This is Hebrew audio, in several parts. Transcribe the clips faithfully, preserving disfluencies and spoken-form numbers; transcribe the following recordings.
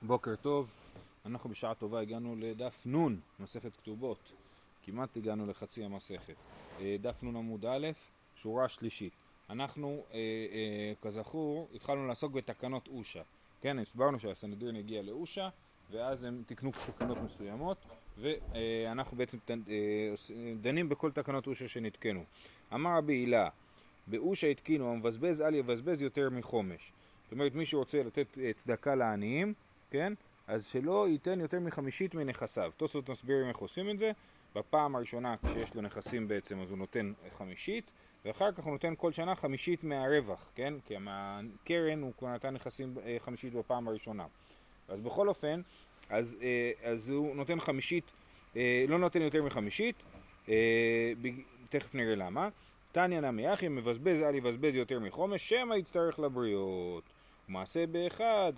בוקר טוב, אנחנו בשעה טובה הגענו לדף נון, מסכת כתובות, כמעט הגענו לחצי המסכת. דף נון עמוד א', שורה שלישית. אנחנו, אה, אה, כזכור, התחלנו לעסוק בתקנות אושה. כן, הסברנו שהסנהדרין הגיע לאושה, ואז הם תקנו תקנות מסוימות, ואנחנו בעצם דנים בכל תקנות אושה שנתקנו. אמר רבי הילה, באושה התקינו, המבזבז אל יבזבז יותר מחומש. זאת אומרת, מי שרוצה לתת צדקה לעניים, כן? אז שלא ייתן יותר מחמישית מנכסיו. תוספות מסבירים איך עושים את זה. בפעם הראשונה כשיש לו נכסים בעצם אז הוא נותן חמישית, ואחר כך הוא נותן כל שנה חמישית מהרווח, כן? כי מהקרן הוא כבר נתן נכסים חמישית בפעם הראשונה. אז בכל אופן, אז, אז הוא נותן חמישית, לא נותן יותר מחמישית, תכף נראה למה. תניא נמי אחי, מבזבז אל יבזבז יותר מחומש, שמא יצטרך לבריות. ומעשה באחד.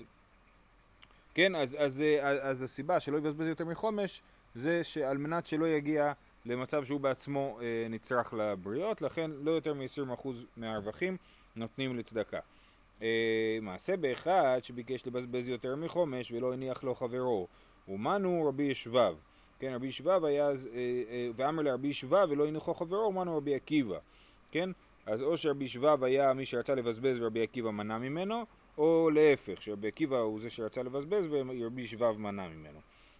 כן, אז, אז, אז, אז הסיבה שלא יבזבז יותר מחומש זה שעל מנת שלא יגיע למצב שהוא בעצמו אה, נצרך לבריות, לכן לא יותר מ-עשרים אחוז מהרווחים נותנים לצדקה. אה, מעשה באחד שביקש לבזבז יותר מחומש ולא הניח לו חברו, ומנו רבי ישבב. כן, רבי ישבב היה, אה, אה, ואמר לרבי ישבב ולא הניחו חברו, ומנו רבי עקיבא. כן, אז או שרבי ישבב היה מי שרצה לבזבז ורבי עקיבא מנע ממנו, או להפך, שרבי עקיבא הוא זה שרצה לבזבז ורבי ישבב מנע ממנו.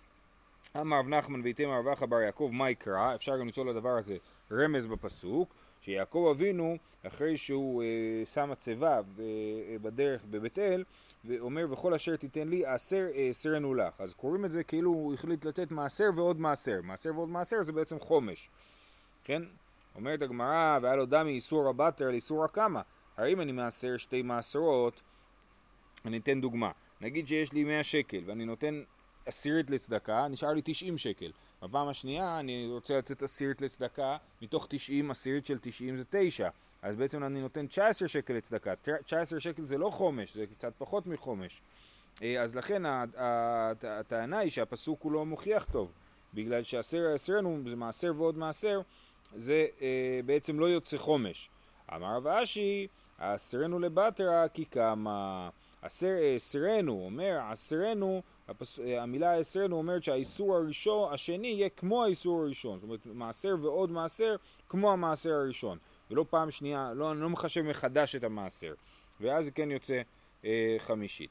אמר רב נחמן ויתמר רב אחא בר יעקב, מה יקרא? אפשר גם למצוא לדבר הזה רמז בפסוק, שיעקב אבינו אחרי שהוא אה, שם הצבא אה, בדרך בבית אל, ואומר וכל אשר תיתן לי עשר אעשרנו לך. אז קוראים את זה כאילו הוא החליט לתת מעשר ועוד מעשר. מעשר ועוד מעשר זה בעצם חומש. כן? אומרת הגמרא, והיה לו דמי איסור הבטר לאיסור הקמה. הרי אם אני מעשר שתי מעשרות, אני אתן דוגמה. נגיד שיש לי מאה שקל ואני נותן עשירית לצדקה, נשאר לי תשעים שקל. בפעם השנייה אני רוצה לתת עשירית לצדקה, מתוך תשעים, עשירית של תשעים זה תשע. אז בעצם אני נותן תשע עשרה שקל לצדקה. תשע עשרה שקל זה לא חומש, זה קצת פחות מחומש. אז לכן הטענה היא שהפסוק הוא לא מוכיח טוב. בגלל שעשר עשרנו זה מעשר ועוד מעשר, זה בעצם לא יוצא חומש. אמר רב אשי, עשרנו לבטרה כי כמה... עשר עשרנו, אומר עשרנו, הפס... המילה עשרנו אומרת שהאיסור הראשון, השני יהיה כמו האיסור הראשון, זאת אומרת מעשר ועוד מעשר כמו המעשר הראשון, ולא פעם שנייה, לא, לא מחשב מחדש את המעשר, ואז זה כן יוצא אה, חמישית.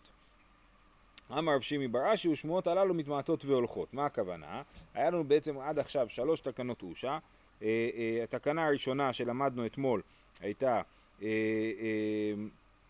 אמר רב שימי בר אשי, ושמועות הללו מתמעטות והולכות. מה הכוונה? היה לנו בעצם עד עכשיו שלוש תקנות אושה. אה, אה, התקנה הראשונה שלמדנו אתמול הייתה אה, אה,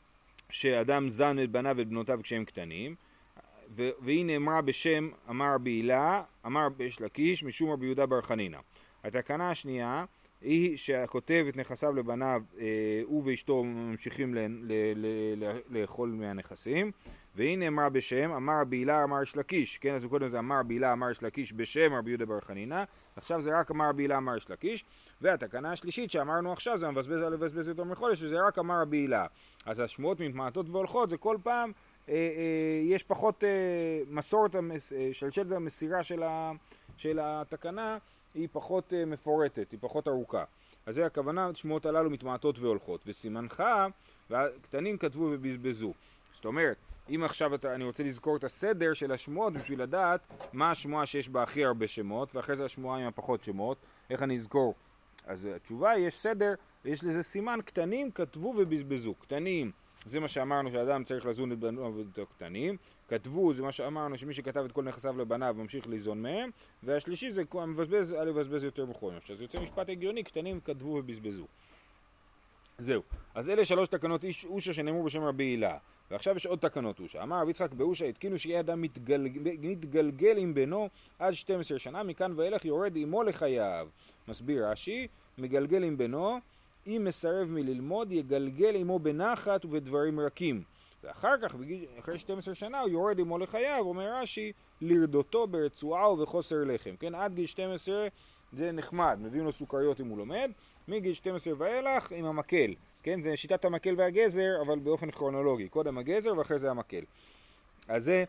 שאדם זן את בניו ואת בנותיו כשהם קטנים, ו- והיא נאמרה בשם אמר רבי הילה, אמר ריש לקיש, משום רבי יהודה בר חנינא. התקנה השנייה היא שהכותב את נכסיו לבניו, אה, הוא ואשתו ממשיכים ל- ל- ל- ל- לאכול מהנכסים, והיא נאמרה בשם אמר רבי הילה, אמר ריש לקיש. כן, אז קודם זה אמר רבי הילה, אמר ריש לקיש בשם רבי יהודה בר חנינא, עכשיו זה רק אמר רבי הילה, אמר ריש לקיש. והתקנה השלישית שאמרנו עכשיו זה מבזבז על לבזבז יותר מחודש, וזה רק אמר רבי הילה. אז השמועות מתמעטות והולכות, זה כל פעם אה, אה, יש פחות אה, מסורת, המס, אה, שלשלת המסירה של, ה, של התקנה היא פחות אה, מפורטת, היא פחות ארוכה. אז זה הכוונה, שמועות הללו מתמעטות והולכות. וסימנך, והקטנים כתבו ובזבזו. זאת אומרת, אם עכשיו אתה, אני רוצה לזכור את הסדר של השמועות בשביל לדעת מה השמועה שיש בה הכי הרבה שמות, ואחרי זה השמועה עם הפחות שמות, איך אני אזכור? אז התשובה היא, יש סדר, יש לזה סימן, קטנים כתבו ובזבזו. קטנים, זה מה שאמרנו שאדם צריך לזון את בניו ובנותיו קטנים. כתבו, זה מה שאמרנו שמי שכתב את כל נכסיו לבניו ממשיך ליזון מהם. והשלישי זה מבזבז, אל יבזבז יותר מחומש. אז יוצא משפט הגיוני, קטנים כתבו ובזבזו. זהו. אז אלה שלוש תקנות אושה שנאמרו בשם רבי הילה. ועכשיו יש עוד תקנות אושה. אמר רב יצחק באושה, התקינו שיהיה אדם מתגלגל, מתגלגל עם בנו עד שתים עשרה שנה, מכאן ואילך יורד עמו לחייו. מסביר רש"י, מגלגל עם בנו, אם מסרב מללמוד יגלגל עמו בנחת ובדברים רכים. ואחר כך, אחרי שתים עשרה שנה, הוא יורד עמו לחייו, אומר רש"י, לרדותו ברצועה ובחוסר לחם. כן, עד גיל שתים עשרה זה נחמד, מביאים לו סוכריות אם הוא לומד, מגיל שתים עשרה ואילך עם המקל. כן, זה שיטת המקל והגזר, אבל באופן כרונולוגי. קודם הגזר ואחרי זה המקל. אז זה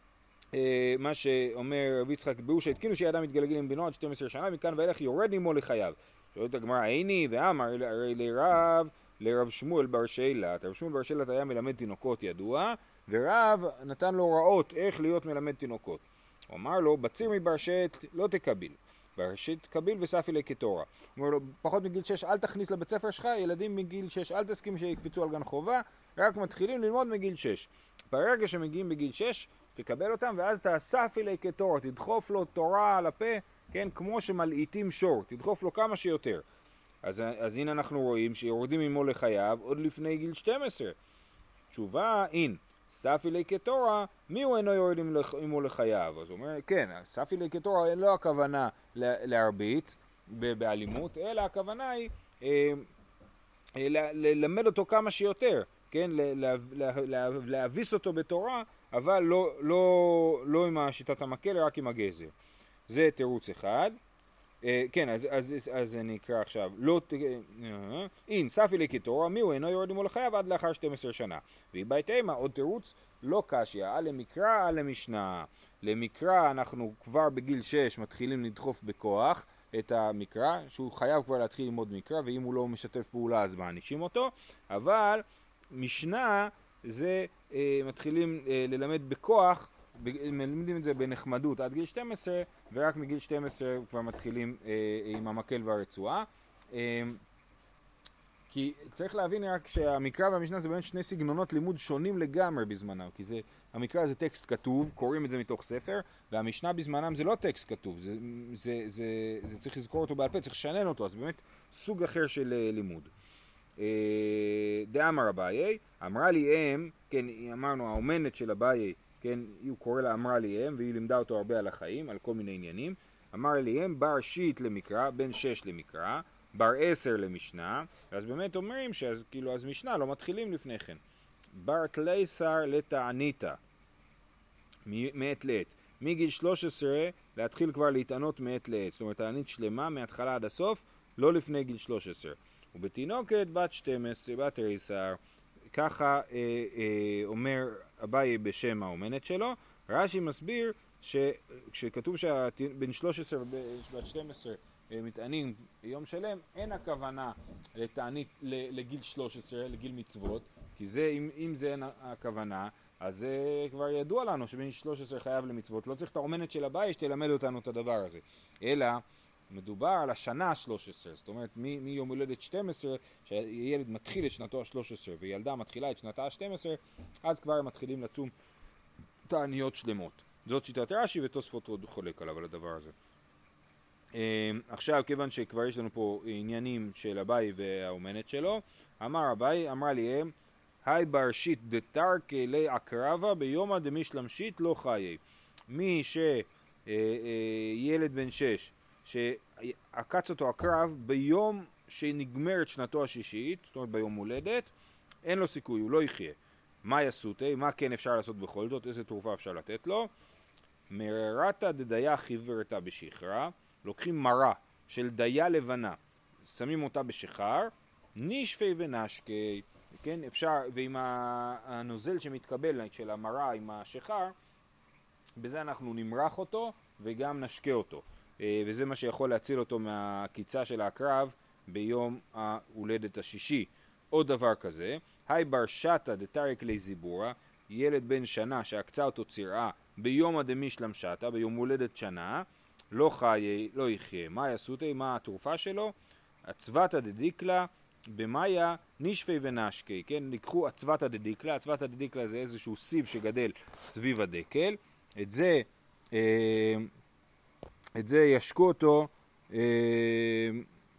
אה, מה שאומר רב יצחק באושה, התקינו שאדם מתגלגל עם בנו עד שתים עשרה שנה, מכאן ואילך יורד עמו לחייו. שואלת הגמרא, איני ואמר הרי לרב, לרב שמואל בר שילת. רב שמואל בר שילת היה מלמד תינוקות ידוע, ורב נתן לו הוראות איך להיות מלמד תינוקות. הוא אמר לו, בציר מברשת לא תקביל, ברשת תקביל וספי לקטורה. הוא אומר לו, פחות מגיל שש אל תכניס לבית ספר שלך, ילדים מגיל שש אל תסכים שיקפצו על גן חובה, רק מתחילים ללמוד מגיל שש. ברגע שמגיעים בגיל שש, תקבל אותם, ואז תאספי לקטורה, תדחוף לו תורה על הפה, כן, כמו שמלעיטים שור, תדחוף לו כמה שיותר. אז, אז הנה אנחנו רואים שיורדים עמו לחייו עוד לפני גיל שתים עשרה. תשובה, אין, ספי לי כתורה, מי הוא אינו יורדים עמו לחייו? אז הוא אומר, כן, ספי לי כתורה אין לו הכוונה להרביץ באלימות, אלא הכוונה היא אה, אה, ללמד אותו כמה שיותר, כן, לה, לה, לה, להביס אותו בתורה, אבל לא, לא, לא עם השיטת המקל, רק עם הגזר. זה תירוץ אחד. Uh, כן, אז, אז, אז, אז אני אקרא עכשיו. לא, אין, ספי לקטורה, מי הוא אינו יורד עמו לחייו עד לאחר שתים עשרה שנה. והיא בית אימה, עוד תירוץ, לא קשיא, על למקרא, על למשנה. למקרא אנחנו כבר בגיל שש מתחילים לדחוף בכוח את המקרא, שהוא חייב כבר להתחיל ללמוד מקרא, ואם הוא לא משתף פעולה אז מענישים אותו, אבל משנה זה uh, מתחילים uh, ללמד בכוח, מלמדים את זה בנחמדות עד גיל שתים עשרה, ורק מגיל שתים עשרה כבר מתחילים אה, עם המקל והרצועה. אה, כי צריך להבין רק שהמקרא והמשנה זה באמת שני סגנונות לימוד שונים לגמרי בזמנם, כי זה, המקרא זה טקסט כתוב, קוראים את זה מתוך ספר, והמשנה בזמנם זה לא טקסט כתוב, זה, זה, זה, זה צריך לזכור אותו בעל פה, צריך לשנן אותו, אז באמת סוג אחר של אה, לימוד. אה, דאמר אביי, אמרה לי אם, כן, אמרנו האומנת של אביי, כן, הוא קורא לה אמרה לי אם, והיא לימדה אותו הרבה על החיים, על כל מיני עניינים. אמר לי אם, בר שיט למקרא, בן שש למקרא, בר עשר למשנה, אז באמת אומרים שאז, כאילו, אז משנה לא מתחילים לפני כן. בר תלייסר לתעניתה, מעת לעת. מגיל שלוש עשרה להתחיל כבר להתענות מעת לעת, זאת אומרת, תענית שלמה מההתחלה עד הסוף, לא לפני גיל שלוש עשרה. ובתינוקת בת שתים עשרה, בת עשר, ככה אה, אה, אומר אביי בשם האומנת שלו. רש"י מסביר שכשכתוב שבן שלוש עשרה ובת שתים עשרה אה, מתענים יום שלם, אין הכוונה לתענית לגיל שלוש עשרה, לגיל מצוות, כי זה, אם, אם זה אין הכוונה, אז זה כבר ידוע לנו שבן שלוש עשרה חייב למצוות, לא צריך את האומנת של אביי שתלמד אותנו את הדבר הזה, אלא מדובר על השנה ה-שלוש עשרה, זאת אומרת מיום הולדת שתים עשרה, שילד מתחיל את שנתו ה-שלוש עשרה וילדה מתחילה את שנתה ה-שתים עשרה, אז כבר מתחילים לצום תעניות שלמות. זאת שיטת רש"י ותוספות עוד חולק עליו על הדבר הזה. עכשיו, כיוון שכבר יש לנו פה עניינים של אביי והאומנת שלו, אמר אביי, אמרה לי הם, היי בר שיט דתרקה לעקרבה ביומא דמישלם שיט לא חיי. מי שילד בן שש שעקץ אותו הקרב ביום שנגמרת שנתו השישית, זאת אומרת ביום הולדת, אין לו סיכוי, הוא לא יחיה. מה יסותי? מה כן אפשר לעשות בכל זאת? איזה תרופה אפשר לתת לו? מררתה דדיה חיוורתה בשחרה, לוקחים מרה של דיה לבנה, שמים אותה בשחר, נשפי ונשקי, כן, אפשר, ועם הנוזל שמתקבל של המרה עם השחר, בזה אנחנו נמרח אותו וגם נשקה אותו. וזה מה שיכול להציל אותו מהקיצה של הקרב ביום ההולדת השישי. עוד דבר כזה, היי בר שטה דתרק לי זיבורה, ילד בן שנה שעקצה אותו צירעה ביום הדמישלם שטה, ביום הולדת שנה, לא חי, לא יחיה. מה יסותי? מה התרופה שלו? הצוותא דדיקלה במאיה נשפי ונשקי, כן? לקחו הצוותא דדיקלה, הצוותא דדיקלה זה איזשהו סיב שגדל סביב הדקל, את זה אה, את זה ישקו אותו אה,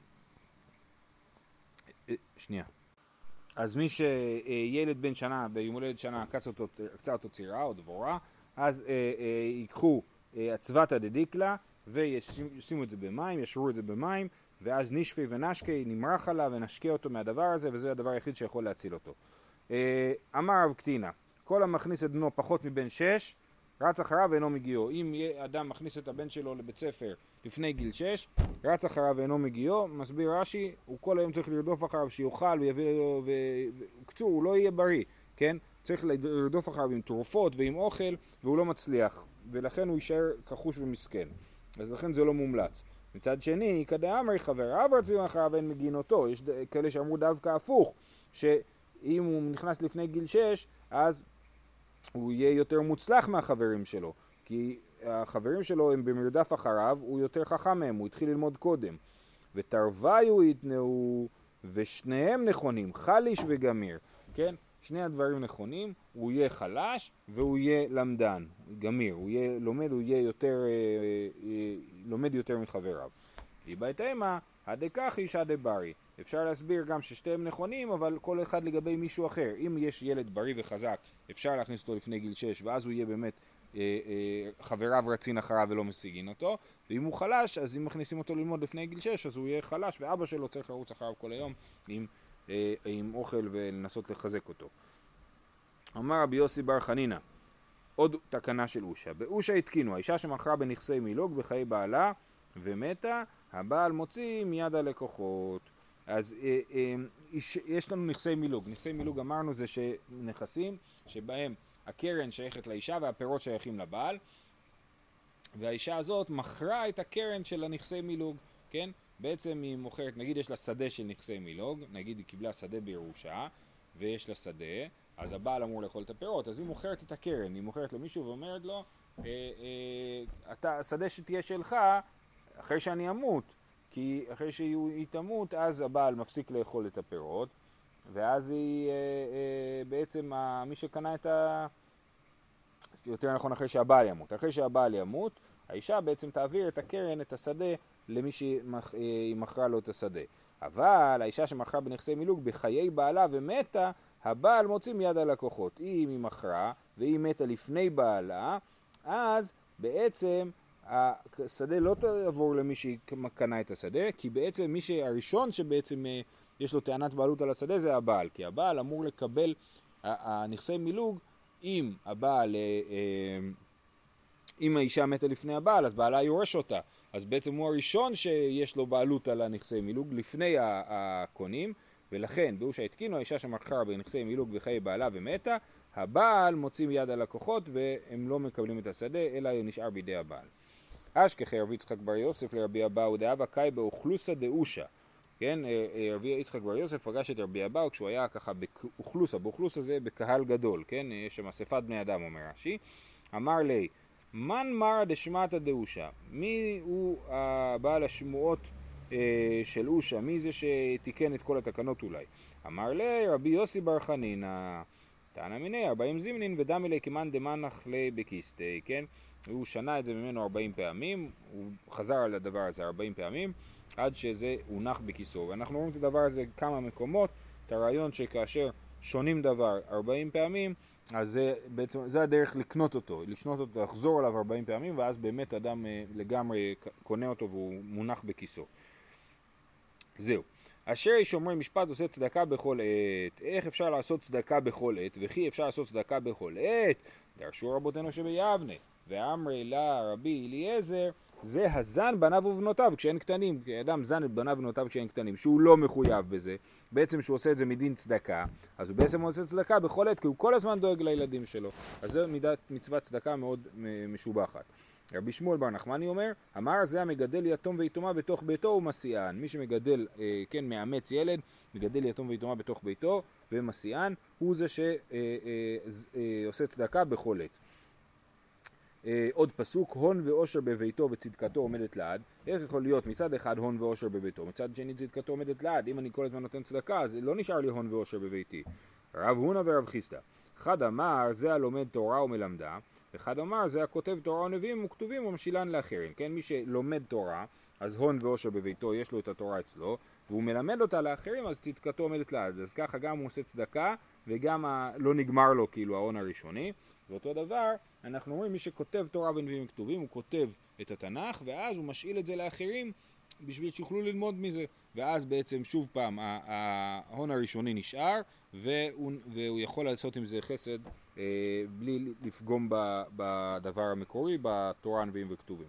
שנייה. אז מי שילד בן שנה, ביום הולדת שנה, קצה אותו צירה או דבורה, אז אה, אה, ייקחו אה, הצוותא דדיקלה וישימו את זה במים, ישרו את זה במים, ואז נשפי ונשקי נמרח עליו ונשקה אותו מהדבר הזה, וזה הדבר היחיד שיכול להציל אותו. אה, אמר רב קטינה, כל המכניס את בנו פחות מבן שש, רץ אחריו ואינו מגיעו. אם אדם מכניס את הבן שלו לבית ספר לפני גיל שש, רץ אחריו ואינו מגיעו, מסביר רש"י, הוא כל היום צריך לרדוף אחריו שיוכל ויביא לו, וקצור, הוא לא יהיה בריא, כן? צריך לרדוף אחריו עם תרופות ועם אוכל, והוא לא מצליח, ולכן הוא יישאר כחוש ומסכן. אז לכן זה לא מומלץ. מצד שני, כדאמר חבריו רצים אחריו ואין מגיעים אותו. יש כאלה שאמרו דווקא הפוך, שאם הוא נכנס לפני גיל שש, אז הוא יהיה יותר מוצלח מהחברים שלו, כי החברים שלו הם במרדף אחריו, הוא יותר חכם מהם, הוא התחיל ללמוד קודם. ותרוויו יתנאו, ושניהם נכונים, חליש וגמיר, כן? שני הדברים נכונים, הוא יהיה חלש והוא יהיה למדן, גמיר, הוא יהיה לומד, הוא יהיה יותר, אה, אה, לומד יותר מחבריו. בהתאמה, הדקח איש הדברי. אפשר להסביר גם ששתיהם נכונים, אבל כל אחד לגבי מישהו אחר. אם יש ילד בריא וחזק, אפשר להכניס אותו לפני גיל שש, ואז הוא יהיה באמת, אה, אה, חבריו רצין אחריו ולא משיגין אותו. ואם הוא חלש, אז אם מכניסים אותו ללמוד לפני גיל שש, אז הוא יהיה חלש, ואבא שלו צריך לרוץ אחריו כל היום עם, אה, עם אוכל ולנסות לחזק אותו. אמר רבי יוסי בר חנינא, עוד תקנה של אושה. באושה התקינו, האישה שמכרה בנכסי מילוג בחיי בעלה ומתה, הבעל מוציא מיד הלקוחות. אז אה, אה, יש לנו נכסי מילוג. נכסי מילוג אמרנו זה שנכסים שבהם הקרן שייכת לאישה והפירות שייכים לבעל, והאישה הזאת מכרה את הקרן של הנכסי מילוג, כן? בעצם היא מוכרת, נגיד יש לה שדה של נכסי מילוג, נגיד היא קיבלה שדה בירושה ויש לה שדה, אז הבעל אמור לאכול את הפירות, אז היא מוכרת את הקרן, היא מוכרת למישהו ואומרת לו, אה, אה, אתה, השדה שתהיה שלך אחרי שאני אמות, כי אחרי שהיא תמות אז הבעל מפסיק לאכול את הפירות, ואז היא אה, אה, בעצם ה, מי שקנה את ה... יותר נכון אחרי שהבעל ימות, אחרי שהבעל ימות, האישה בעצם תעביר את הקרן, את השדה, למי שהיא מכרה לו את השדה. אבל האישה שמכרה בנכסי מילוג בחיי בעלה ומתה, הבעל מוציא מיד הלקוחות. אם היא מכרה והיא מתה לפני בעלה, אז בעצם השדה לא תעבור למי שקנה את השדה, כי בעצם מי שהראשון שבעצם יש לו טענת בעלות על השדה זה הבעל, כי הבעל אמור לקבל הנכסי מילוג אם הבעל, אם האישה מתה לפני הבעל, אז בעלה יורש אותה. אז בעצם הוא הראשון שיש לו בעלות על הנכסי מילוג לפני הקונים, ולכן באושה התקינו, האישה שמכרה בנכסי מילוג בחיי בעלה ומתה, הבעל מוציא מיד הלקוחות והם לא מקבלים את השדה, אלא נשאר בידי הבעל. אשכחי רבי יצחק בר יוסף לרבי אבאו דאבה קאי באוכלוסה דאושה. כן, רבי יצחק בר יוסף פגש את רבי אבאו כשהוא היה ככה באוכלוסה, באוכלוסה זה בקהל גדול, כן, יש שם אספת בני אדם אומר רש"י. אמר לי, מן מרא דשמעתא דאושה, מי הוא בעל השמועות אה, של אושה, מי זה שתיקן את כל התקנות אולי? אמר לי, רבי יוסי בר חנינא, תענה מיני ארבעים זימנין ודמי לי כמן דמנח לי בקיסטי, כן? הוא שנה את זה ממנו ארבעים פעמים, הוא חזר על הדבר הזה ארבעים פעמים, עד שזה הונח בכיסו. ואנחנו רואים את הדבר הזה כמה מקומות, את הרעיון שכאשר שונים דבר ארבעים פעמים, אז זה בעצם, זה הדרך לקנות אותו, לשנות אותו, לחזור עליו ארבעים פעמים, ואז באמת אדם לגמרי קונה אותו והוא מונח בכיסו. זהו. אשר יש אומרים משפט עושה צדקה בכל עת. איך אפשר לעשות צדקה בכל עת? וכי אפשר לעשות צדקה בכל עת? דרשו רבותינו שביבנה. ואמרי לה רבי אליעזר, זה הזן בניו ובנותיו כשאין קטנים. אדם זן את בניו ובנותיו כשאין קטנים, שהוא לא מחויב בזה. בעצם שהוא עושה את זה מדין צדקה, אז הוא בעצם עושה צדקה בכל עת, כי הוא כל הזמן דואג לילדים שלו. אז זו מידת מצוות צדקה מאוד משובחת. רבי שמואל בר נחמני אומר, אמר זה המגדל יתום ויתומה בתוך ביתו ומסיען. מי שמגדל, אה, כן, מאמץ ילד, מגדל יתום ויתומה בתוך ביתו ומסיען, הוא זה שעושה אה, אה, אה, צדקה בכל עת. אה, עוד פסוק, הון ואושר בביתו וצדקתו עומדת לעד. איך יכול להיות מצד אחד הון ואושר בביתו, מצד שני צדקתו עומדת לעד? אם אני כל הזמן נותן צדקה, אז לא נשאר לי הון ואושר בביתי. רב הונא ורב חיסדא. אחד אמר, זה הלומד תורה ומלמדה, אחד אמר, זה הכותב תורה ונביאים וכתובים ומשילן לאחרים. כן, מי שלומד תורה, אז הון ואושר בביתו, יש לו את התורה אצלו, והוא מלמד אותה לאחרים, אז צדקתו עומדת לעד. אז ככה גם הוא עושה צדקה, וגם ה... לא נגמר לו כאילו ההון הראשוני. ואותו דבר, אנחנו רואים, מי שכותב תורה ונביאים וכתובים, הוא כותב את התנ"ך, ואז הוא משאיל את זה לאחרים, בשביל שיוכלו ללמוד מזה. ואז בעצם שוב פעם, ההון הראשוני נשאר, והוא, והוא יכול לעשות עם זה חסד אה, בלי לפגום ב, בדבר המקורי, בתורה הנביאים וכתובים.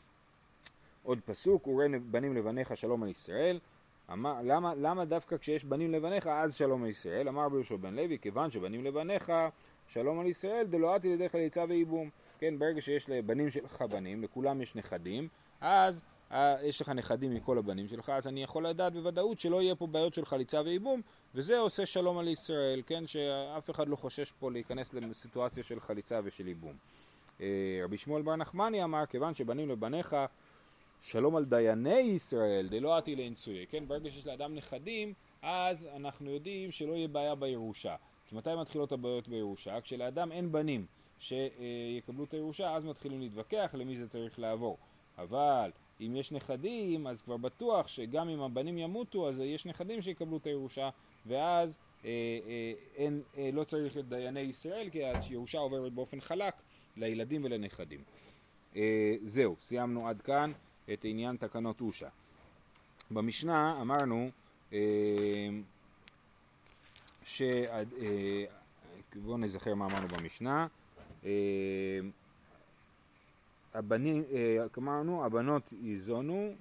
עוד פסוק, וראה בנים לבניך שלום על ישראל. אמר, למה, למה דווקא כשיש בנים לבניך אז שלום על ישראל? אמר רבי יהושע בן לוי, כיוון שבנים לבניך שלום על ישראל, דלא עתי לידיך ליצה וייבום. כן, ברגע שיש לבנים שלך בנים, לכולם יש נכדים, אז יש לך נכדים מכל הבנים שלך, אז אני יכול לדעת בוודאות שלא יהיה פה בעיות של חליצה ואיבום, וזה עושה שלום על ישראל, כן? שאף אחד לא חושש פה להיכנס לסיטואציה של חליצה ושל איבום. רבי שמואל בר נחמני אמר, כיוון שבנים לבניך שלום על דייני ישראל, דלא עתי לנצויה, כן? ברגע שיש לאדם נכדים, אז אנחנו יודעים שלא יהיה בעיה בירושה. כי מתי מתחילות הבעיות בירושה? כשלאדם אין בנים שיקבלו את הירושה, אז מתחילים להתווכח למי זה צריך לעבור. אבל אם יש נכדים, אז כבר בטוח שגם אם הבנים ימותו, אז יש נכדים שיקבלו את הירושה, ואז אה, אה, אין, אה, לא צריך את דייני ישראל, כי הירושה עוברת באופן חלק לילדים ולנכדים. אה, זהו, סיימנו עד כאן את עניין תקנות אושה. במשנה אמרנו אה, ש... אה, בואו נזכר מה אמרנו במשנה. אה, הבנים, אמרנו, הבנות ייזונו,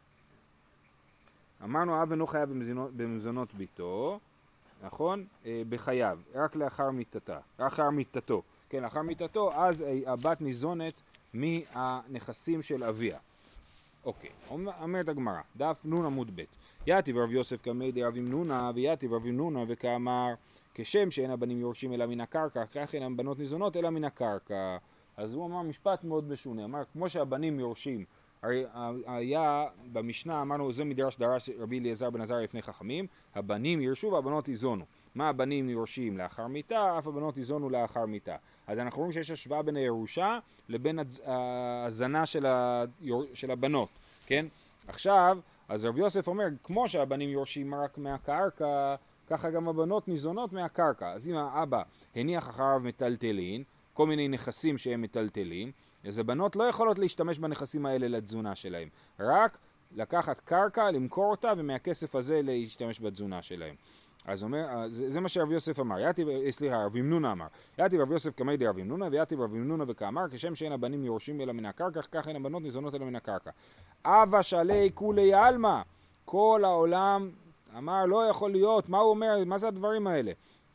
אמרנו, אב אינו חייב במזונות, במזונות ביתו, נכון? בחייו, רק לאחר מיתתה, לאחר מיתתו, כן, לאחר מיתתו, אז הבת ניזונת מהנכסים של אביה. אוקיי, אומרת הגמרא, דף נון עמוד ב', יתיב רב יוסף כמי דרב ימנונה, ויתיב רב ימנונה וכאמר, כשם שאין הבנים יורשים אלא מן הקרקע, כך אין הבנות ניזונות אלא מן הקרקע. אז הוא אמר משפט מאוד משונה, אמר כמו שהבנים יורשים, הרי היה במשנה אמרנו זה מדרש דרש רבי אליעזר בן עזריה לפני חכמים, הבנים ירשו והבנות יזונו. מה הבנים יורשים לאחר מיתה, אף הבנות יזונו לאחר מיתה. אז אנחנו רואים שיש השוואה בין הירושה לבין הזנה של, היור... של הבנות, כן? עכשיו, אז רב יוסף אומר, כמו שהבנים יורשים רק מהקרקע, ככה גם הבנות ניזונות מהקרקע. אז אם האבא הניח אחריו מטלטלין, כל מיני נכסים שהם מטלטלים, אז הבנות לא יכולות להשתמש בנכסים האלה לתזונה שלהם, רק לקחת קרקע, למכור אותה, ומהכסף הזה להשתמש בתזונה שלהם. אז אומר, זה, זה מה שרב יוסף אמר, יתיב, סליחה, רב ימנונה אמר, יתיב רב יוסף כמי דרב ימנונה, ויתיב רב ימנונה וכאמר, כשם שאין הבנים יורשים אלא מן הקרקע, כך אין הבנות ניזונות אלא מן הקרקע. אבא שלי כולי עלמא, כל העולם אמר לא יכול להיות, מה הוא אומר, מה זה הדברים האלה?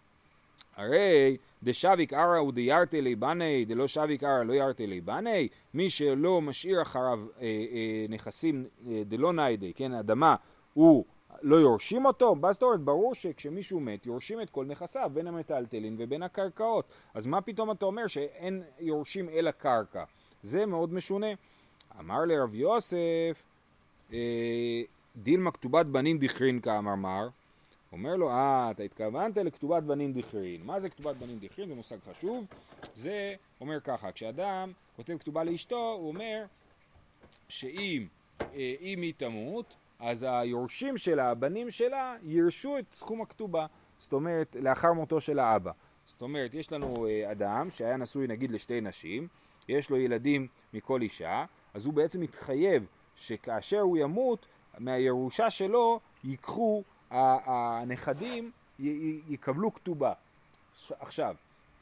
הרי דשביק ערא ודיירתי לי בני, דלא שביק ערא לא ירתי לי בני, מי שלא משאיר אחריו אה, אה, נכסים אה, דלא ניידי, כן, אדמה, הוא לא יורשים אותו, אז זאת אומרת, ברור שכשמישהו מת, יורשים את כל נכסיו, בין המטלטלין ובין הקרקעות. אז מה פתאום אתה אומר שאין יורשים אל הקרקע? זה מאוד משונה. אמר לרב יוסף, אה, דילמה כתובת בנין דכרין כאמר מר, אומר לו, אה, אתה התכוונת לכתובת בנין דכרין. מה זה כתובת בנין דכרין? זה מושג חשוב. זה אומר ככה, כשאדם כותב כתובה לאשתו, הוא אומר שאם אה, אם היא תמות, אז היורשים שלה, הבנים שלה, ירשו את סכום הכתובה. זאת אומרת, לאחר מותו של האבא. זאת אומרת, יש לנו אה, אדם שהיה נשוי נגיד לשתי נשים, יש לו ילדים מכל אישה, אז הוא בעצם מתחייב שכאשר הוא ימות, מהירושה שלו ייקחו הנכדים יקבלו כתובה. עכשיו,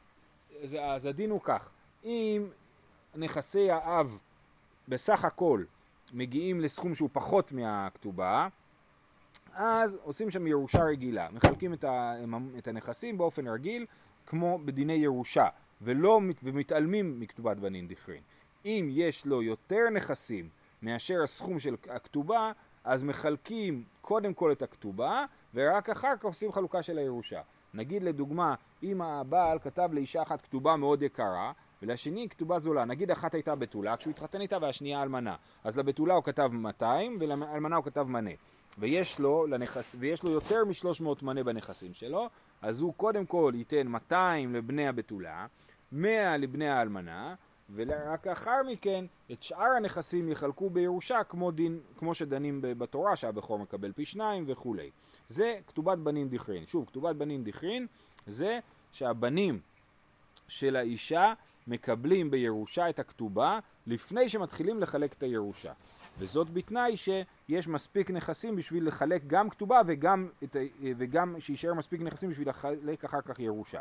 אז הדין הוא כך, אם נכסי האב בסך הכל מגיעים לסכום שהוא פחות מהכתובה, אז עושים שם ירושה רגילה, מחלקים את הנכסים באופן רגיל כמו בדיני ירושה, ולא ומתעלמים מכתובת בנין דכרין. אם יש לו יותר נכסים מאשר הסכום של הכתובה, אז מחלקים קודם כל את הכתובה, ורק אחר כך עושים חלוקה של הירושה. נגיד לדוגמה, אם הבעל כתב לאישה אחת כתובה מאוד יקרה, ולשני כתובה זולה, נגיד אחת הייתה בתולה, כשהוא התחתן איתה והשנייה אלמנה. אז לבתולה הוא כתב מאתיים, ולאלמנה הוא כתב מנה. ויש לו, לנכס, ויש לו יותר מ-שלוש מאות מנה בנכסים שלו, אז הוא קודם כל ייתן מאתיים לבני הבתולה, מאה לבני האלמנה, ורק אחר מכן את שאר הנכסים יחלקו בירושה כמו, דין, כמו שדנים בתורה שהבכור מקבל פי שניים וכו'. זה כתובת בנין דכרין. שוב, כתובת בנין דכרין זה שהבנים של האישה מקבלים בירושה את הכתובה לפני שמתחילים לחלק את הירושה. וזאת בתנאי שיש מספיק נכסים בשביל לחלק גם כתובה וגם, את, וגם שישאר מספיק נכסים בשביל לחלק אחר כך ירושה.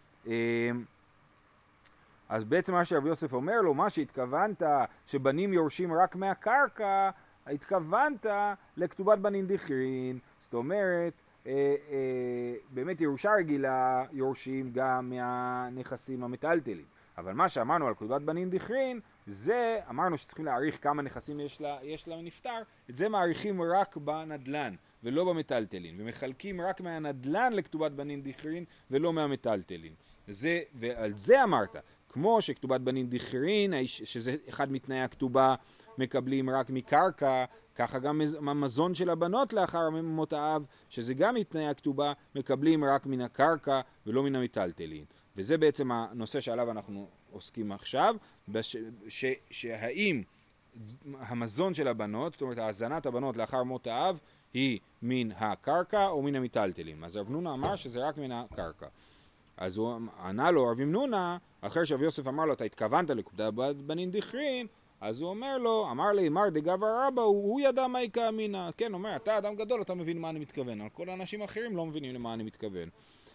אז בעצם מה שרב יוסף אומר לו, מה שהתכוונת שבנים יורשים רק מהקרקע, התכוונת לכתובת בנין דכרין. זאת אומרת, אה, אה, באמת ירושה רגילה יורשים גם מהנכסים המטלטלים. אבל מה שאמרנו על כתובת בנין דיכרין, זה אמרנו שצריכים להעריך כמה נכסים יש לה, יש לה נפטר, את זה מעריכים רק בנדלן ולא במטלטלין, ומחלקים רק מהנדלן לכתובת בנין דיכרין ולא מהמטלטלין. זה, ועל זה אמרת, כמו שכתובת בנין דיכרין, שזה אחד מתנאי הכתובה, מקבלים רק מקרקע, ככה גם המזון של הבנות לאחר מות האב, שזה גם מתנאי הכתובה, מקבלים רק מן הקרקע ולא מן המטלטלין. וזה בעצם הנושא שעליו אנחנו עוסקים עכשיו, בש, ש, שהאם המזון של הבנות, זאת אומרת הזנת הבנות לאחר מות האב, היא מן הקרקע או מן המטלטלין. אז רב נונה אמר שזה רק מן הקרקע. אז הוא ענה לו רב נונה, אחרי שרב יוסף אמר לו, אתה התכוונת לכתובת בנין דיכרין, אז הוא אומר לו, אמר לי, מר דגבר רבא, הוא, הוא ידע מה יקה אמינה. כן, הוא אומר, אתה אדם גדול, אתה מבין מה אני מתכוון. על כל האנשים האחרים לא מבינים למה אני מתכוון.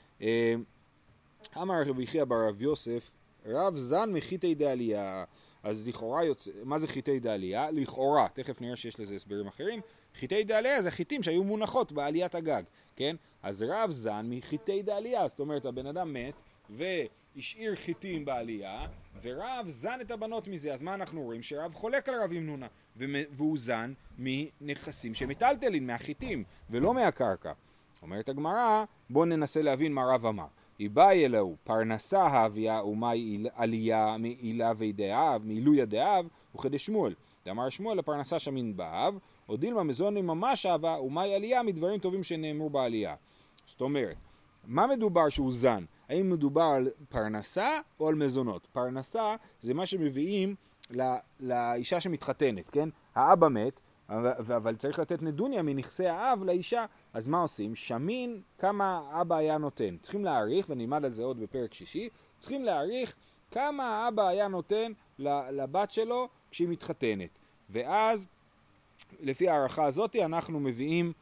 אמר רבי חייא בר רב יוסף, רב זן מחיתי דעלייה. אז לכאורה יוצא, מה זה חיתי דעלייה? לכאורה, תכף נראה שיש לזה הסברים אחרים. חיתי דעלייה זה חיטים שהיו מונחות בעליית הגג, כן? אז רב זן מחיתי דעלייה, זאת אומרת, הבן אדם מת והשאיר חיטים בעלייה, ורב זן את הבנות מזה. אז מה אנחנו רואים? שרב חולק על רב ימנונה, והוא זן מנכסים שמטלטלין, מהחיטים, ולא מהקרקע. אומרת הגמרא, בואו ננסה להבין מה רב אמר. איבאי אלוהו, פרנסה האביה ומאי עלייה מעילה וידאב, מעילויה דאב, וכדי שמואל. דאמר שמואל לפרנסה שמין באב, או דילמה מזוני ממש אהבה ומאי עלייה מדברים טובים שנאמרו בעלייה. זאת אומרת, מה מדובר שהוא זן? האם מדובר על פרנסה או על מזונות? פרנסה זה מה שמביאים לא, לאישה שמתחתנת, כן? האבא מת, אבל צריך לתת נדוניה מנכסי האב לאישה, אז מה עושים? שמין כמה האבא היה נותן. צריכים להעריך, ונלמד על זה עוד בפרק שישי, צריכים להעריך כמה האבא היה נותן לבת שלו כשהיא מתחתנת. ואז, לפי הערכה הזאת, אנחנו מביאים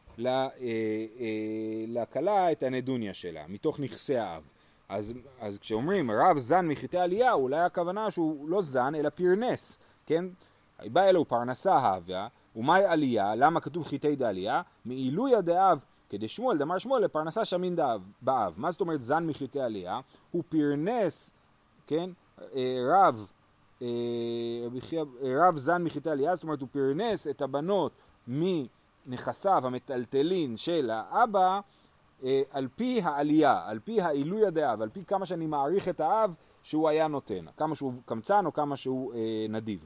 לקלה את הנדוניה שלה, מתוך נכסי האב. אז, אז כשאומרים רב זן מחיתי עלייה, אולי הכוונה שהוא לא זן, אלא פרנס, כן? בא אלו פרנסה האביה, ומאי עלייה, למה כתוב חיתי דעלייה? מעילויה דאב, כדי שמואל, דאמר שמואל, לפרנסה שמין דאב, באב. מה זאת אומרת זן מחיתי עלייה? הוא פרנס, כן? רב, רב זן מחיתי עלייה, זאת אומרת הוא פרנס את הבנות מנכסיו המטלטלין של האבא, על פי העלייה, על פי העילויה דאב, על פי כמה שאני מעריך את האב שהוא היה נותן, כמה שהוא קמצן או כמה שהוא נדיב.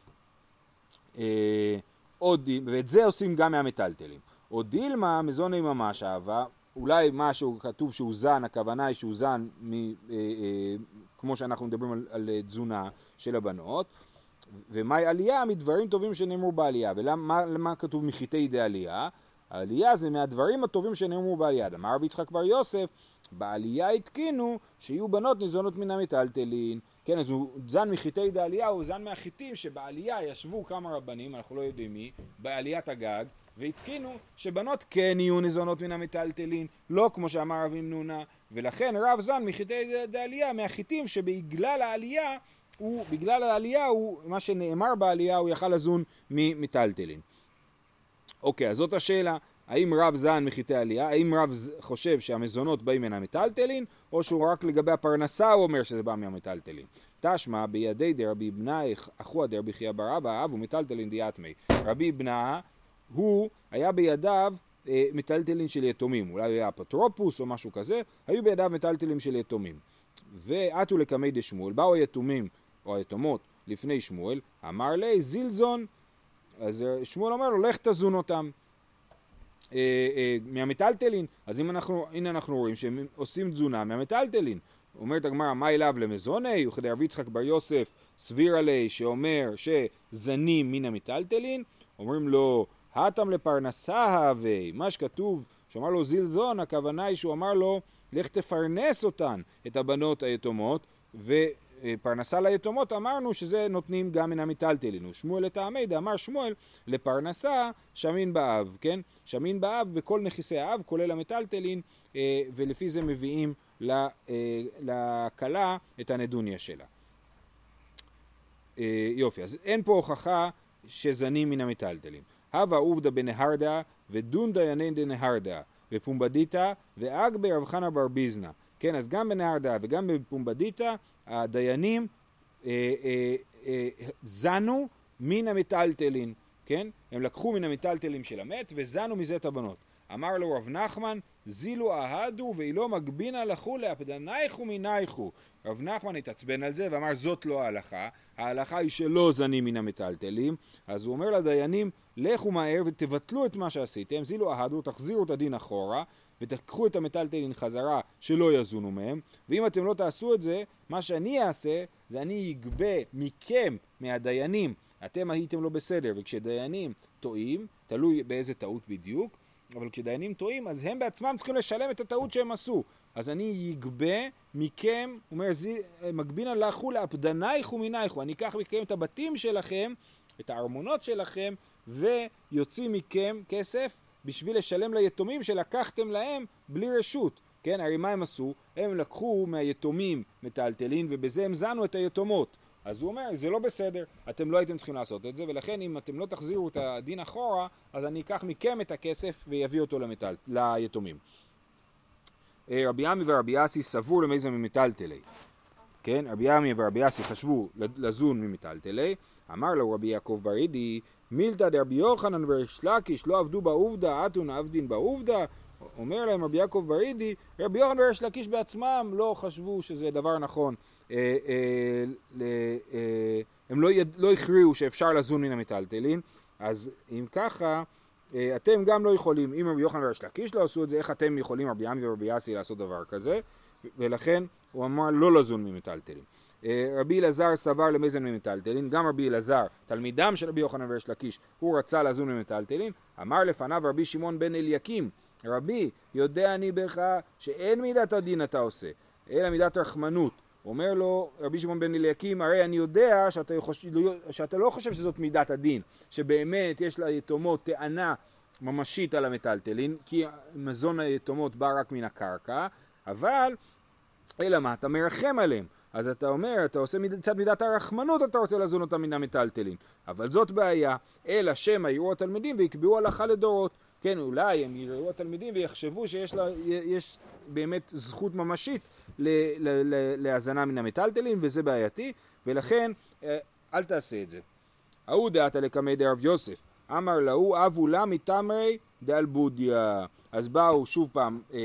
עוד, ואת זה עושים גם מהמטלטלים. או דילמה, מזוני ממש אהבה, אולי משהו כתוב שהוא זן, הכוונה היא שהוא זן, מ, אה, אה, כמו שאנחנו מדברים על, על תזונה של הבנות, ומהי עלייה מדברים טובים שנאמרו בעלייה. ולמה למה כתוב מחיתי דעלייה? העלייה זה מהדברים הטובים שנאמרו בעלייה. אמר רבי יצחק בר יוסף, בעלייה התקינו שיהיו בנות ניזונות מן המטלטלין. כן, אז הוא זן מחיתי דעלייה, הוא זן מהחיטים שבעלייה ישבו כמה רבנים, אנחנו לא יודעים מי, בעליית הגג, והתקינו שבנות כן יהיו ניזונות מן המטלטלין, לא כמו שאמר רב נונה, ולכן רב זן מחיתי דעלייה, מהחיטים שבגלל העלייה, הוא, בגלל העלייה, הוא, מה שנאמר בעלייה, הוא יכל לזון ממטלטלין. אוקיי, אז זאת השאלה, האם רב זן מחיתי עלייה, האם רב חושב שהמזונות באים מן המטלטלין, או שהוא רק לגבי הפרנסה הוא אומר שזה בא מהמטלטלין. תשמע, בידי דרבי בנה, אחוה דרבי חייא בר אבא, אב ומטלטלין דיאטמי. רבי בנה, הוא היה בידיו אה, מטלטלין של יתומים, אולי היה אפוטרופוס או משהו כזה, היו בידיו מטלטלין של יתומים. ועתו לקמי דשמואל, באו היתומים או היתומות לפני שמואל, אמר לי זילזון, אז שמואל אומר לו, לך תזון אותם. אה, אה, מהמטלטלין, אז אם אנחנו, הנה אנחנו רואים שהם עושים תזונה מהמטלטלין. אומרת הגמרא, מה אליו למזוני? וכדי רבי יצחק בר יוסף סביר עלי שאומר שזנים מן המטלטלין, אומרים לו, התם לפרנסה הווי, מה שכתוב, שאמר לו זילזון, הכוונה היא שהוא אמר לו, לך תפרנס אותן, את הבנות היתומות, ופרנסה ליתומות אמרנו שזה נותנים גם מן המטלטלין. ושמואל לטעמי דאמר שמואל, לפרנסה שמין באב, כן? שמין באב וכל נכסי האב, כולל המטלטלין, ולפי זה מביאים לכלה את הנדוניה שלה. יופי, אז אין פה הוכחה שזנים מן המטלטלין. הווה עובדה בנהרדה ודון דיינן דנהרדה בפומבדיטה ואג ברב חנה בר ביזנה. כן, אז גם בנהרדה וגם בפומבדיטה הדיינים אה, אה, אה, זנו מן המטלטלין, כן? הם לקחו מן המטלטלים של המת וזנו מזה את הבנות. אמר לו רב נחמן, זילו אהדו ואילו מגבינה לכו לאפדנייכו מנייכו. רב נחמן התעצבן על זה ואמר זאת לא ההלכה, ההלכה היא שלא זנים מן המטלטלים, אז הוא אומר לדיינים, לכו מהר ותבטלו את מה שעשיתם, זילו אהדו, תחזירו את הדין אחורה, ותקחו את המטלטלין חזרה שלא יזונו מהם, ואם אתם לא תעשו את זה, מה שאני אעשה, זה אני אגבה מכם, מהדיינים, אתם הייתם לא בסדר, וכשדיינים טועים, תלוי באיזה טעות בדיוק, אבל כשדיינים טועים, אז הם בעצמם צריכים לשלם את הטעות שהם עשו. אז אני אגבה מכם, הוא אומר, מגבינה לכו לאפדנייכו מנייכו, אני אקח מכם את הבתים שלכם, את הארמונות שלכם, ויוציא מכם כסף בשביל לשלם ליתומים שלקחתם להם בלי רשות. כן, הרי מה הם עשו? הם לקחו מהיתומים מטלטלין, ובזה הם זנו את היתומות. אז הוא אומר, זה לא בסדר, אתם לא הייתם צריכים לעשות את זה, ולכן אם אתם לא תחזירו את הדין אחורה, אז אני אקח מכם את הכסף ויביא אותו למטל... ליתומים. רבי עמי ורבי אסי סבור למייזן ממטלטלי. כן, רבי עמי ורבי אסי חשבו לזון ממטלטלי. אמר לו רבי יעקב ברידי, מילתא דרבי יוחנן וריש לקיש לא עבדו בעובדה, אתון עבדין בעובדה. אומר להם רבי יעקב ברידי, רבי יוחנן וריש לקיש בעצמם לא חשבו שזה דבר נכון. אה, אה, אה, הם לא, יד, לא הכריעו שאפשר לזון מן המטלטלין, אז אם ככה, אה, אתם גם לא יכולים, אם רבי יוחנן וריש לקיש לא עשו את זה, איך אתם יכולים רבי עמי ורבי אסי לעשות דבר כזה? ולכן הוא אמר לא לזון ממטלטלין. אה, רבי אלעזר סבר למייזן ממטלטלין, גם רבי אלעזר, תלמידם של רבי יוחנן וריש לקיש, הוא רצה לזון ממטלטלין, אמר לפניו רבי שמעון בן אליקים, רבי, יודע אני בך שאין מידת הדין אתה עושה, אלא מידת רחמנות. אומר לו רבי שמעון בן אליקים, הרי אני יודע שאתה, חושב, שאתה לא חושב שזאת מידת הדין, שבאמת יש ליתומות טענה ממשית על המטלטלין, כי מזון היתומות בא רק מן הקרקע, אבל אלא מה, אתה מרחם עליהם. אז אתה אומר, אתה עושה מצד מידת הרחמנות, אתה רוצה לזון אותם מן המטלטלין. אבל זאת בעיה, אלא שמא יראו התלמידים ויקבעו הלכה לדורות. כן, אולי הם יראו התלמידים ויחשבו שיש לה, יש באמת זכות ממשית להזנה מן המטלטלין, וזה בעייתי, ולכן אל תעשה את זה. ההוא דעת לקמי דרב יוסף, אמר להוא אבו לה מתמרי דאל בודיה. אז באו שוב פעם אה,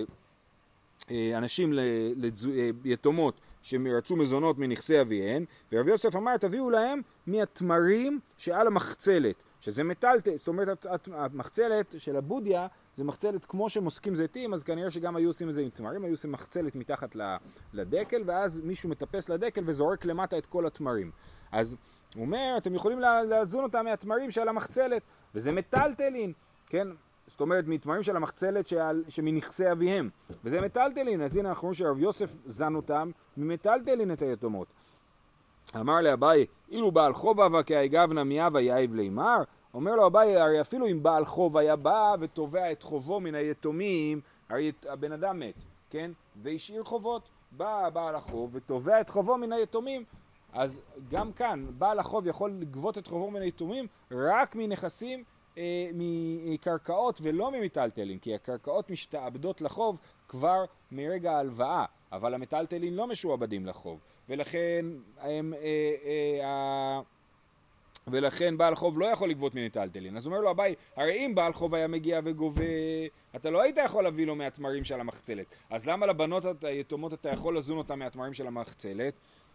אה, אנשים ליתומות שרצו מזונות מנכסי אביהן, ורב יוסף אמר תביאו להם מהתמרים שעל המחצלת, שזה מטלטל, זאת אומרת המחצלת של הבודיה זה מחצלת כמו שמוסקים זיתים, אז כנראה שגם היו עושים את זה עם תמרים, היו עושים מחצלת מתחת לדקל, ואז מישהו מטפס לדקל וזורק למטה את כל התמרים. אז הוא אומר, אתם יכולים להזון אותם מהתמרים של המחצלת, וזה מטלטלין, כן? זאת אומרת, מתמרים של המחצלת שעל, שמנכסי אביהם, וזה מטלטלין, אז הנה אנחנו רואים שרב יוסף זן אותם ממטלטלין את היתומות. אמר לאביי, אילו בעל חוב אבה כאיגבנה מיאבה יאיב לימר, אומר לו אביי, הרי אפילו אם בעל חוב היה בא ותובע את חובו מן היתומים, הרי הבן אדם מת, כן? והשאיר חובות, בא בעל החוב ותובע את חובו מן היתומים, אז גם כאן, בעל החוב יכול לגבות את חובו מן היתומים רק מנכסים, אה, מקרקעות ולא ממטלטלין, כי הקרקעות משתעבדות לחוב כבר מרגע ההלוואה, אבל המטלטלין לא משועבדים לחוב, ולכן הם... אה, אה, אה, ולכן בעל חוב לא יכול לגבות ממטלטלין. אז אומר לו אביי, הרי אם בעל חוב היה מגיע וגובה, אתה לא היית יכול להביא לו מהתמרים של המחצלת. אז למה לבנות היתומות אתה יכול לזון אותם מהתמרים של המחצלת?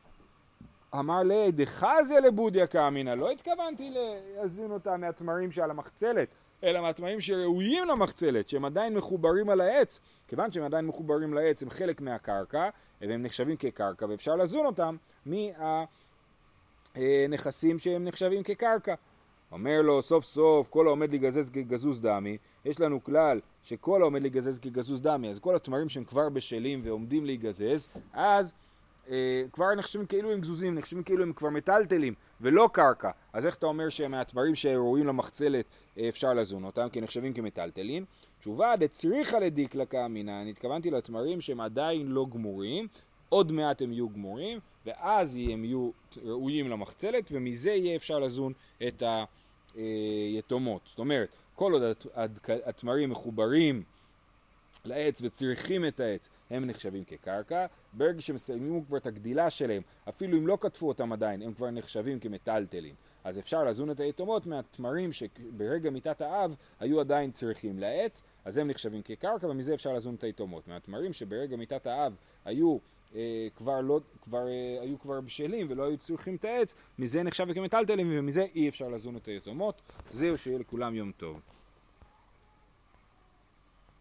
אמר לי, דחזיה לבודיה כאמינא, לא התכוונתי לזון אותם מהתמרים של המחצלת, אלא מהתמרים שראויים למחצלת, שהם עדיין מחוברים על העץ. כיוון שהם עדיין מחוברים לעץ, הם חלק מהקרקע, והם נחשבים כקרקע, ואפשר לזון אותם מה... נכסים שהם נחשבים כקרקע. אומר לו סוף סוף כל העומד להיגזז כגזוז דמי, יש לנו כלל שכל העומד להיגזז כגזוז דמי, אז כל התמרים שהם כבר בשלים ועומדים להיגזז, אז אה, כבר נחשבים כאילו הם גזוזים, נחשבים כאילו הם כבר מטלטלים ולא קרקע. אז איך אתה אומר שמהתמרים שראויים למחצלת אה, אפשר לזון אותם כי נחשבים כמטלטלים? תשובה, דצריכה לדיקלה כאמינא, אני התכוונתי לתמרים שהם עדיין לא גמורים, עוד מעט הם יהיו גמורים, ואז הם יהיו ראויים למחצלת, ומזה יהיה אפשר לזון את היתומות. זאת אומרת, כל עוד התמרים מחוברים לעץ וצריכים את העץ, הם נחשבים כקרקע. ברגע שמסיימים כבר את הגדילה שלהם, אפילו אם לא כתפו אותם עדיין, הם כבר נחשבים כמטלטלים. אז אפשר לזון את היתומות מהתמרים שברגע מיתת האב היו עדיין צריכים לעץ, אז הם נחשבים כקרקע, ומזה אפשר לזון את היתומות. מהתמרים שברגע מיתת האב היו אה, כבר, לא, כבר, אה, היו כבר בשלים ולא היו צריכים את העץ, מזה נחשב כמטלטלים, ומזה אי אפשר לזון את היתומות. זהו, שיהיה לכולם יום טוב.